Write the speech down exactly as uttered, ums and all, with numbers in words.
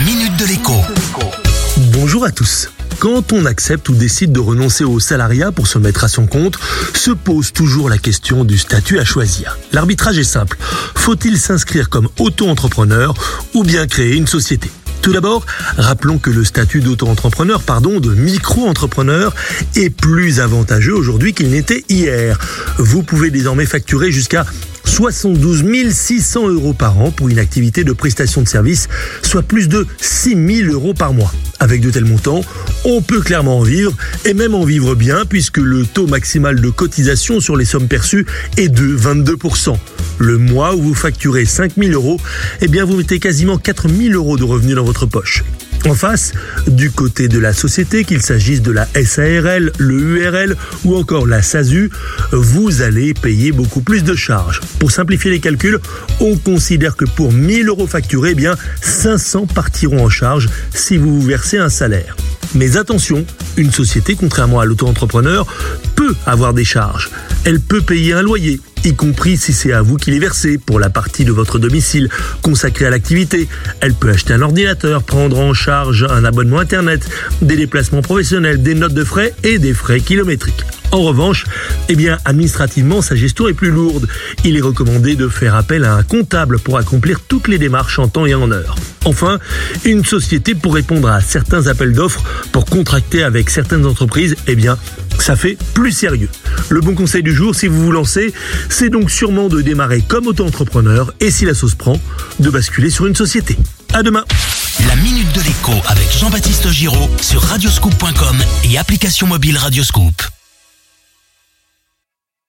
Minute de l'Écho. Bonjour à tous. Quand on accepte ou décide de renoncer au salariat pour se mettre à son compte, se pose toujours la question du statut à choisir. L'arbitrage est simple. Faut-il s'inscrire comme auto-entrepreneur ou bien créer une société ? Tout d'abord, rappelons que le statut d'auto-entrepreneur, pardon, de micro-entrepreneur est plus avantageux aujourd'hui qu'il n'était hier. Vous pouvez désormais facturer jusqu'à soixante-douze mille six cents euros par an pour une activité de prestation de service, soit plus de six mille euros par mois. Avec de tels montants, on peut clairement en vivre, et même en vivre bien, puisque le taux maximal de cotisation sur les sommes perçues est de vingt-deux pour cent. Le mois où vous facturez cinq mille euros, eh bien vous mettez quasiment quatre mille euros de revenus dans votre poche. En face, du côté de la société, qu'il s'agisse de la S A R L, le U R L ou encore la S A S U, vous allez payer beaucoup plus de charges. Pour simplifier les calculs, on considère que pour mille euros facturés, eh bien cinq cents partiront en charge si vous vous versez un salaire. Mais attention, une société, contrairement à l'auto-entrepreneur, peut avoir des charges. Elle peut payer un loyer, y compris si c'est à vous qu'il est versé pour la partie de votre domicile consacrée à l'activité. Elle peut acheter un ordinateur, prendre en charge un abonnement internet, des déplacements professionnels, des notes de frais et des frais kilométriques. En revanche, eh bien, administrativement, sa gestion est plus lourde. Il est recommandé de faire appel à un comptable pour accomplir toutes les démarches en temps et en heure. Enfin, une société pour répondre à certains appels d'offres pour contracter avec certaines entreprises, eh bien, ça fait plus sérieux. Le bon conseil du jour, si vous vous lancez, c'est donc sûrement de démarrer comme auto-entrepreneur et si la sauce prend, de basculer sur une société. À demain. La Minute de l'Écho avec Jean-Baptiste Giraud sur radioscoop point com et application mobile Radioscoop.